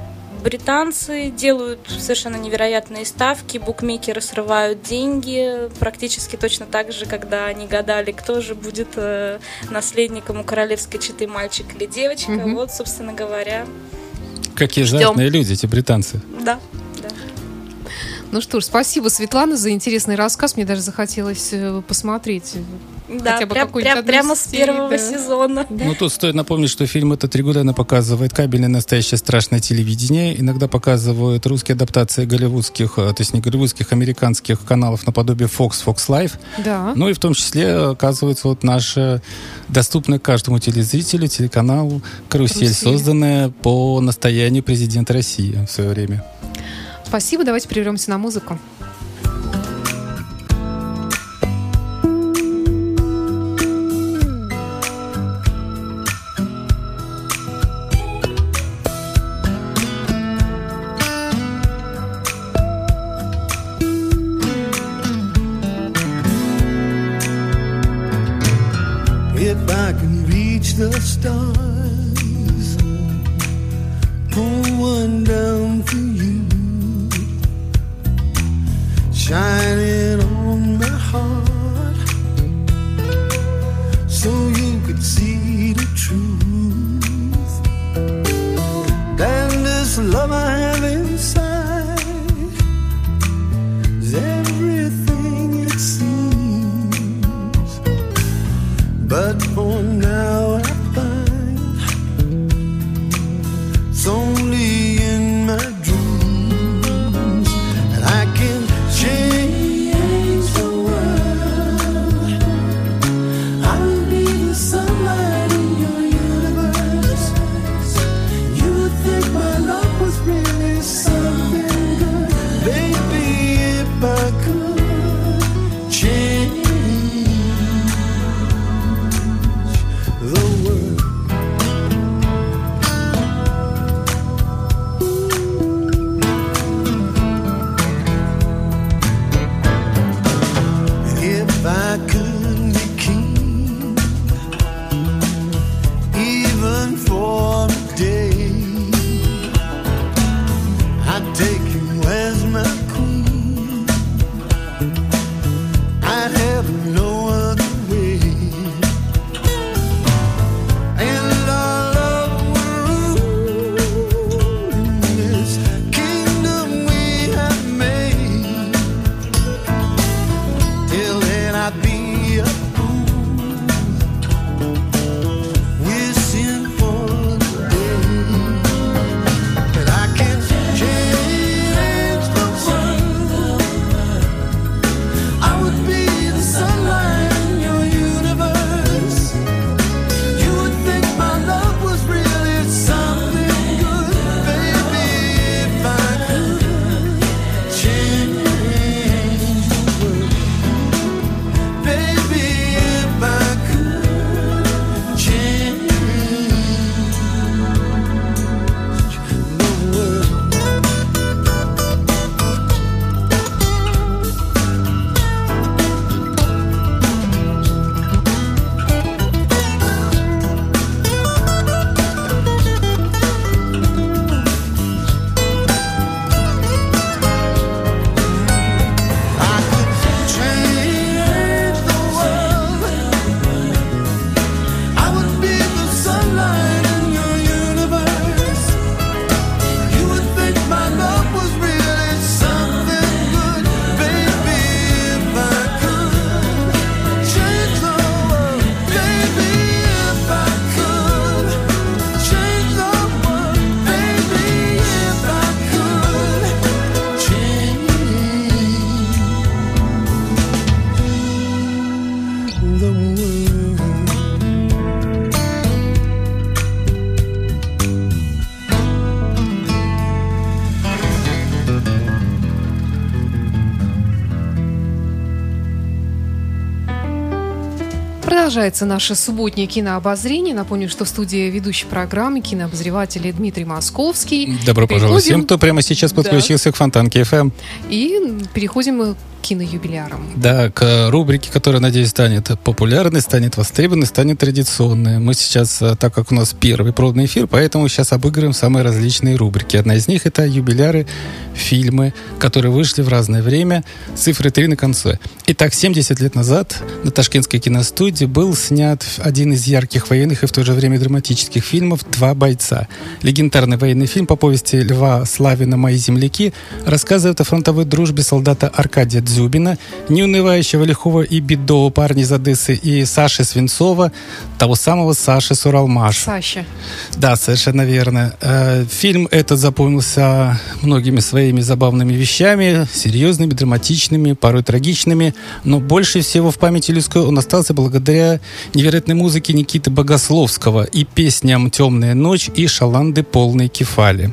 Британцы делают совершенно невероятные ставки, букмекеры срывают деньги, практически точно так же, когда они гадали, кто же будет э, наследником у королевской четы, мальчик или девочка. Mm-hmm. Вот, собственно говоря, какие жадные люди эти британцы. Да, да. Ну что ж, спасибо, Светлана, за интересный рассказ. Мне даже захотелось посмотреть. Да, хотя бы прям, прям, прямо с первого да. сезона. Да. Ну, тут стоит напомнить, что фильм этот регулярно показывает кабельное настоящее страшное телевидение. Иногда показывают русские адаптации голливудских, то есть не голливудских, американских каналов наподобие Fox, Fox Life. Да. Ну и в том числе оказывается вот наш доступный каждому телезрителю телеканал «Карусель», «Карусель», созданная по настоянию президента России в свое время. Спасибо, давайте прервемся на музыку. If I can reach the stars, pull one down for you, shine it on my heart, so you could see the truth. And this love I have inside is everything it seems, but for now I find it's only in my dreams, and I can change the world. I'll be the sunlight in your universe. You would think my love was real. Продолжается наше субботнее кинообозрение. Напомню, что в студии ведущей программы кинообозреватель Дмитрий Московский. Добро пожаловать всем, кто прямо сейчас подключился да. к Фонтанке эф эм. И переходим к киноюбилярам. Да, к рубрике, которая, надеюсь, станет популярной, станет востребованной, станет традиционной. Мы сейчас, так как у нас первый пробный эфир, поэтому сейчас обыгрываем самые различные рубрики. Одна из них — это юбиляры, фильмы, которые вышли в разное время, цифры три на конце. Итак, семьдесят лет назад на Ташкентской киностудии был снят один из ярких военных и в то же время драматических фильмов «Два бойца». Легендарный военный фильм по повести Льва Славина «Мои земляки» рассказывает о фронтовой дружбе солдата Аркадия Дзюбина, неунывающего лихого и бедового парня из Одессы, и Саши Свинцова, того самого Саши с Уралмаша. Саша. Да, совершенно верно. Фильм этот запомнился многими своими забавными вещами, серьезными, драматичными, порой трагичными, но больше всего в памяти людской он остался благодаря невероятной музыке Никиты Богословского и песням «Темная ночь» и «Шаланды полной кефали».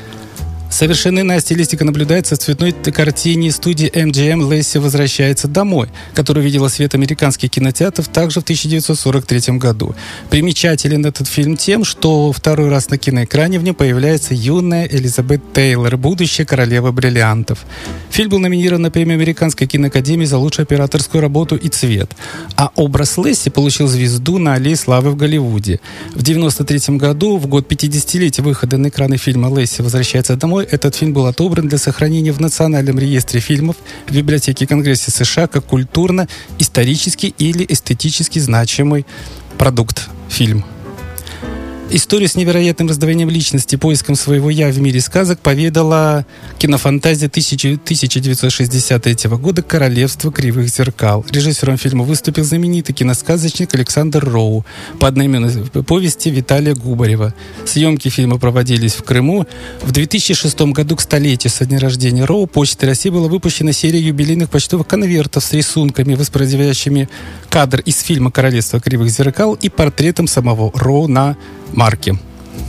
Совершенно иная стилистика наблюдается в цветной картине студии эм джи эм «Лесси возвращается домой», которую видела свет американских кинотеатров также в тысяча девятьсот сорок третьем году. Примечателен этот фильм тем, что второй раз на киноэкране в нем появляется юная Элизабет Тейлор, будущая королева бриллиантов. Фильм был номинирован на премию Американской киноакадемии за лучшую операторскую работу и цвет, а образ Лесси получил звезду на аллее славы в Голливуде. В девяносто третьем году, в год пятидесятилетия выхода на экраны фильма «Лесси возвращается домой», этот фильм был отобран для сохранения в Национальном реестре фильмов в Библиотеке Конгресса США как культурно, исторически или эстетически значимый продукт, фильм. Историю с невероятным раздвоением личности, поиском своего «я» в мире сказок поведала кинофантазия тысяча девятьсот шестьдесят третьего года «Королевство кривых зеркал». Режиссером фильма выступил знаменитый киносказочник Александр Роу по одноименной повести Виталия Губарева. Съемки фильма проводились в Крыму. В две тысячи шестом году, к столетию со дня рождения Роу, Почтой России была выпущена серия юбилейных почтовых конвертов с рисунками, воспроизводящими кадр из фильма «Королевство кривых зеркал» и портретом самого Роу на марки.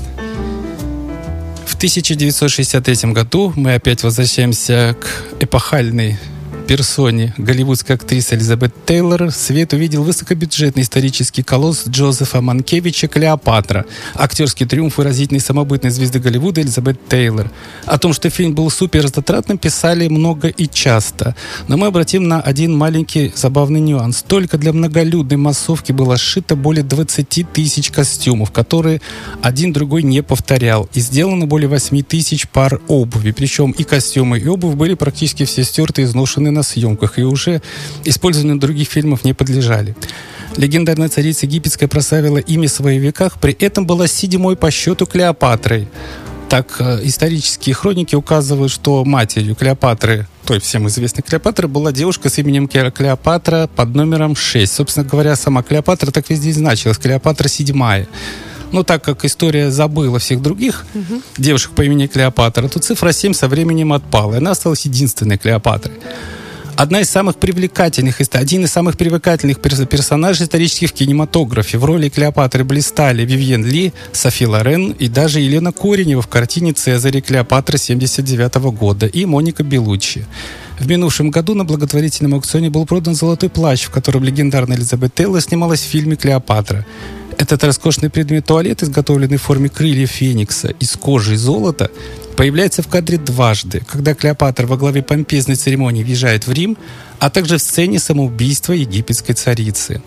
В тысяча девятьсот шестьдесят третьем году мы опять возвращаемся к эпохальной персоне голливудской актрисы Элизабет Тейлор. Свет увидел высокобюджетный исторический колосс Джозефа Манкевича «Клеопатра». Актерский триумф выразительной самобытной звезды Голливуда Элизабет Тейлор. О том, что фильм был супер затратным, писали много и часто. Но мы обратим на один маленький забавный нюанс. Только для многолюдной массовки было сшито более двадцати тысяч костюмов, которые один другой не повторял. И сделано более восьми тысяч пар обуви. Причем и костюмы, и обувь были практически все стерты и изношены на съемках, и уже использованию других фильмов не подлежали. Легендарная царица египетская прославила имя в своих веках, при этом была седьмой по счету Клеопатрой. Так, э, исторические хроники указывают, что матерью Клеопатры, той всем известной Клеопатры, была девушка с именем Клеопатра под номером шесть. Собственно говоря, сама Клеопатра так везде и значилась, Клеопатра седьмая. Но так как история забыла всех других угу. девушек по имени Клеопатра, то цифра семь со временем отпала, и она осталась единственной Клеопатрой. Одна из самых привлекательных, один из самых привлекательных персонажей исторических в кинематографе. В роли Клеопатры блистали Вивьен Ли, Софи Лорен и даже Елена Коренева в картине «Цезарь» Клеопатра семьдесят девятого года и Моника Беллуччи. В минувшем году на благотворительном аукционе был продан золотой плащ, в котором легендарная Элизабет Тейлор снималась в фильме «Клеопатра». Этот роскошный предмет туалет, изготовленный в форме крыльев феникса из кожи и золота, появляется в кадре дважды, когда Клеопатра во главе помпезной церемонии въезжает в Рим, а также в сцене самоубийства египетской царицы.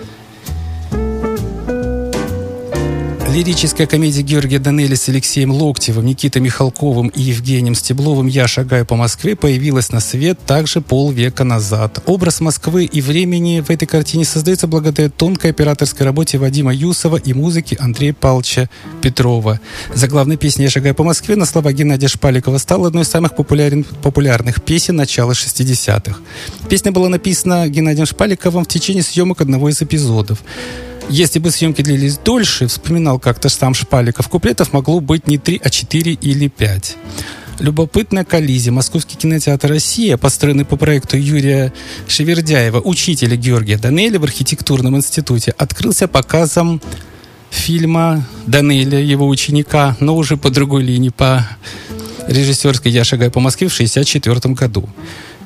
Лирическая комедия Георгия Данелия с Алексеем Локтевым, Никитой Михалковым и Евгением Стебловым «Я шагаю по Москве» появилась на свет также полвека назад. Образ Москвы и времени в этой картине создается благодаря тонкой операторской работе Вадима Юсова и музыке Андрея Павловича Петрова. Заглавная песня «Я шагаю по Москве» на слова Геннадия Шпаликова стала одной из самых популярен, популярных песен начала шестидесятых. Песня была написана Геннадием Шпаликовым в течение съемок одного из эпизодов. Если бы съемки длились дольше, вспоминал как-то сам Шпаликов, куплетов могло быть не три, а четыре или пять. Любопытная коллизия. Московский кинотеатр «Россия», построенный по проекту Юрия Шевердяева, учителя Георгия Данелия в архитектурном институте, открылся показом фильма Данелия, его ученика, но уже по другой линии, по режиссерской «Я шагаю по Москве» в шестьдесят четвёртом году.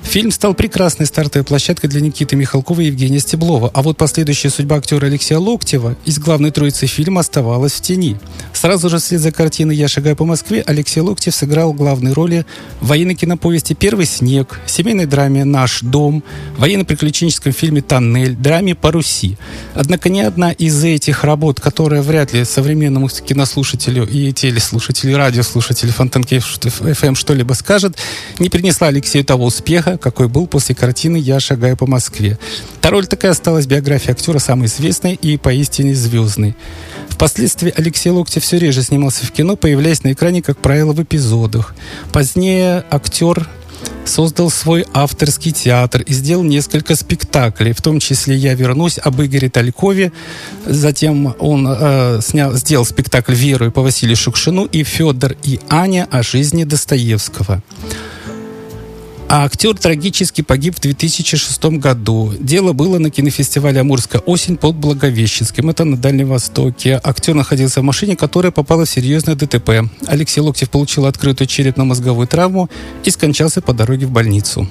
Фильм стал прекрасной стартовой площадкой для Никиты Михалкова и Евгения Стеблова, а вот последующая судьба актера Алексея Локтева из главной троицы фильма оставалась в тени. Сразу же вслед за картиной «Я шагаю по Москве» Алексей Локтев сыграл главные роли в военной киноповести «Первый снег», семейной драме «Наш дом», военно-приключенческом фильме «Тоннель», драме «По Руси». Однако ни одна из этих работ, которая вряд ли современному кинослушателю и телеслушателю, и радиослушателю Фонтанки эф эм что-либо скажет, не принесла Алексею того успеха, какой был после картины «Я шагаю по Москве». Та роль такая осталась в биографии актера самой известной и поистине звездной. Впоследствии Алексей Локтев все реже снимался в кино, появляясь на экране, как правило, в эпизодах. Позднее актер создал свой авторский театр и сделал несколько спектаклей, в том числе «Я вернусь» об Игоре Талькове. Затем он э, снял, сделал спектакль «Веру» по Василию Шукшину и «Федор и Аня» о жизни Достоевского. А актер трагически погиб в две тысячи шестом году. Дело было на кинофестивале «Амурская осень» под Благовещенским. Это на Дальнем Востоке. Актер находился в машине, которая попала в серьезное ДТП. Алексей Локтев получил открытую черепно-мозговую травму и скончался по дороге в больницу.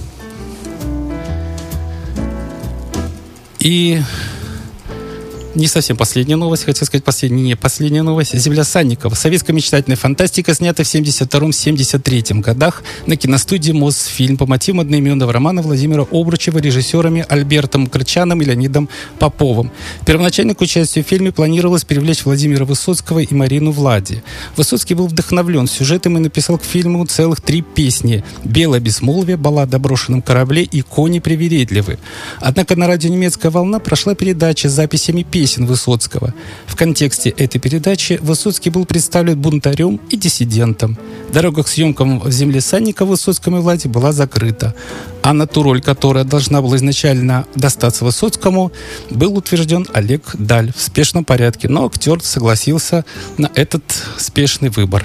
И не совсем последняя новость, хотел сказать последняя, не последняя новость. «Земля Санникова». Советская мечтательная фантастика, снята в семьдесят втором — семьдесят третьем годах на киностудии «Мосфильм» по мотивам одноименного романа Владимира Обручева режиссерами Альбертом Крчаном и Леонидом Поповым. Первоначально к участию в фильме планировалось привлечь Владимира Высоцкого и Марину Влади. Высоцкий был вдохновлен сюжетом и написал к фильму целых три песни: «Белое безмолвие», «Баллада о брошенном корабле» и «Кони привередливы». Однако на радио «Немецкая волна» прошла передача с записями песен Высоцкого. В контексте этой передачи Высоцкий был представлен бунтарем и диссидентом. Дорога к съемкам в «Земле Санникова» Высоцкому и Влади была закрыта. А на ту роль, которая должна была изначально достаться Высоцкому, был утвержден Олег Даль в спешном порядке, но актер согласился на этот спешный выбор.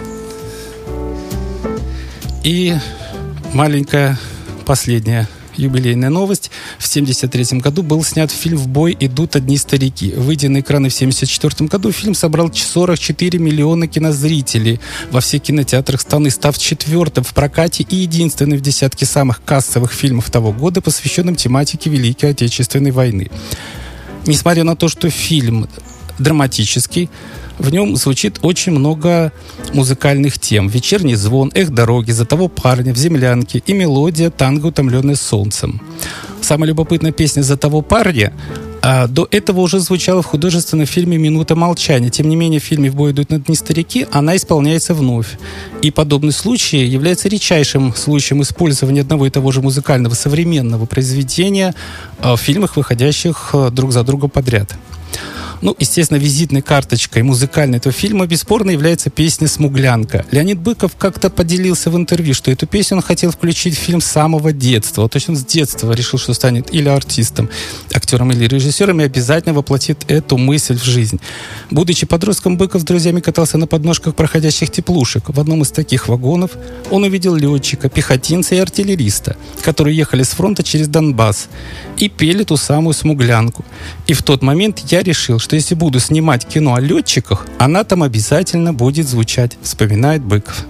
И маленькая последняя юбилейная новость. В семьдесят третьем году был снят фильм «В бой идут одни старики». Выйдя на экраны в семьдесят четвёртом году, фильм собрал сорок четыре миллиона кинозрителей во всех кинотеатрах страны, став четвертым в прокате и единственным в десятке самых кассовых фильмов того года, посвященным тематике Великой Отечественной войны. Несмотря на то, что фильм драматический, в нем звучит очень много музыкальных тем. «Вечерний звон», «Эх, дороги», «За того парня», «В землянке» и мелодия «Танго, утомленное солнцем». Самая любопытная песня «За того парня» а, до этого уже звучала в художественном фильме «Минута молчания». Тем не менее, в фильме «В бой идут одни старики» она исполняется вновь. И подобный случай является редчайшим случаем использования одного и того же музыкального современного произведения а, в фильмах, выходящих а, друг за другом подряд. Ну, естественно, визитной карточкой музыкальной этого фильма бесспорно является песня «Смуглянка». Леонид Быков как-то поделился в интервью, что эту песню он хотел включить в фильм с самого детства. То есть он с детства решил, что станет или артистом, актером, или режиссером, и обязательно воплотит эту мысль в жизнь. Будучи подростком, Быков с друзьями катался на подножках проходящих теплушек. В одном из таких вагонов он увидел летчика, пехотинца и артиллериста, которые ехали с фронта через Донбасс и пели ту самую «Смуглянку». И в тот момент я решил, что если буду снимать кино о летчиках, она там обязательно будет звучать, вспоминает Быков.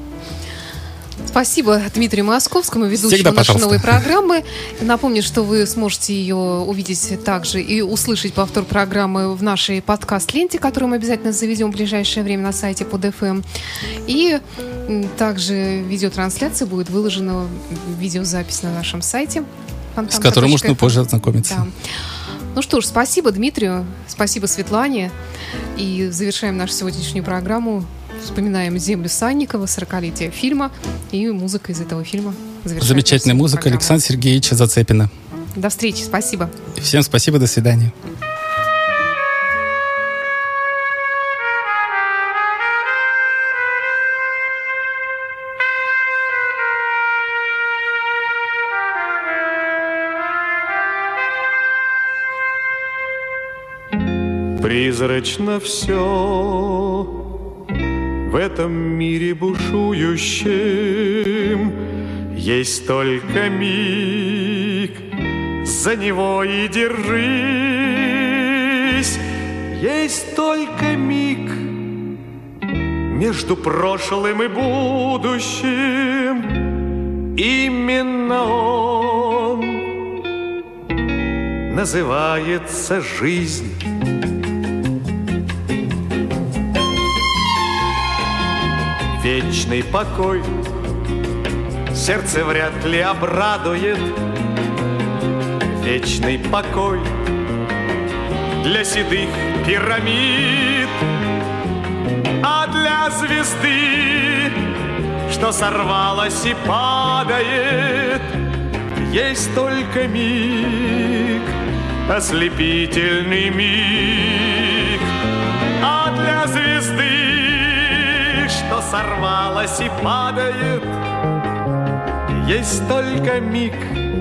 Спасибо Дмитрию Московскому, ведущему Всегда, нашей пожалуйста. новой программы. Напомню, что вы сможете ее увидеть также и услышать повтор программы в нашей подкаст-ленте, которую мы обязательно заведем в ближайшее время на сайте под эф эм. И также видеотрансляция будет выложена, видеозапись на нашем сайте. С которой можно позже ознакомиться. Да. Ну что ж, спасибо Дмитрию, спасибо Светлане. И завершаем нашу сегодняшнюю программу. Вспоминаем «Землю Санникова», сорокалетие фильма, и музыка из этого фильма. Замечательная музыка программу. Александра Сергеевича Зацепина. До встречи, спасибо. Всем спасибо, до свидания. Призрачно все в этом мире бушующем, есть только миг, за него и держись. Есть только миг между прошлым и будущим, именно он называется жизнь. Вечный покой сердце вряд ли обрадует. Вечный покой для седых пирамид, а для звезды, что сорвалась и падает, есть только миг, ослепительный миг. А для звезды, что сорвалась и падает, есть только миг,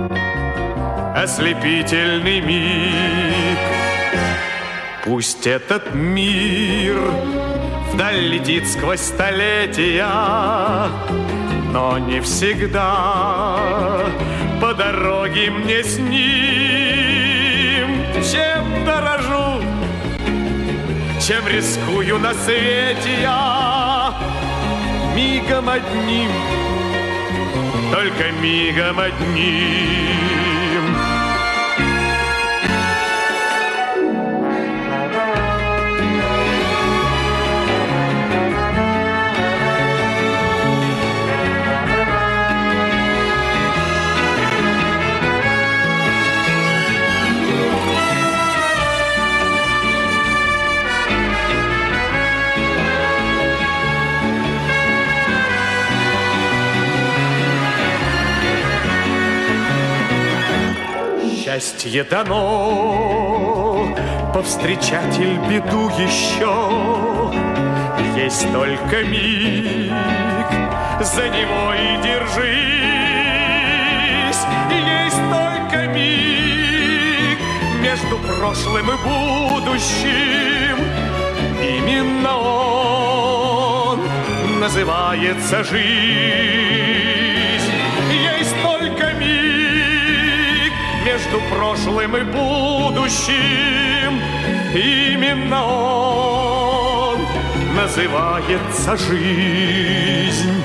ослепительный миг. Пусть этот мир вдаль летит сквозь столетия, но не всегда по дороге мне с ним. Чем дорожу, чем рискую на свете я, мигом одним, только мигом одним. Счастье дано повстречать иль беду еще. Есть только миг, за него и держись. Есть только миг между прошлым и будущим. Именно он называется жизнь. Есть только миг между прошлым и будущим. Именно он называется жизнь.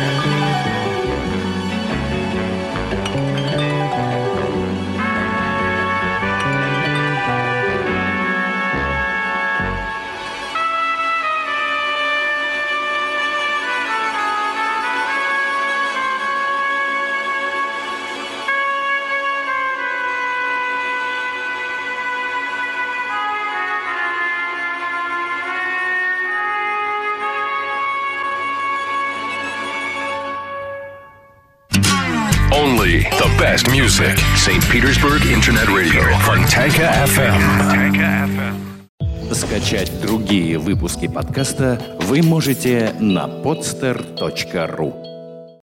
Only the best music. Saint Petersburg Internet Radio. Fontanka эф эм. Скачать другие выпуски подкаста вы можете на podster точка ру.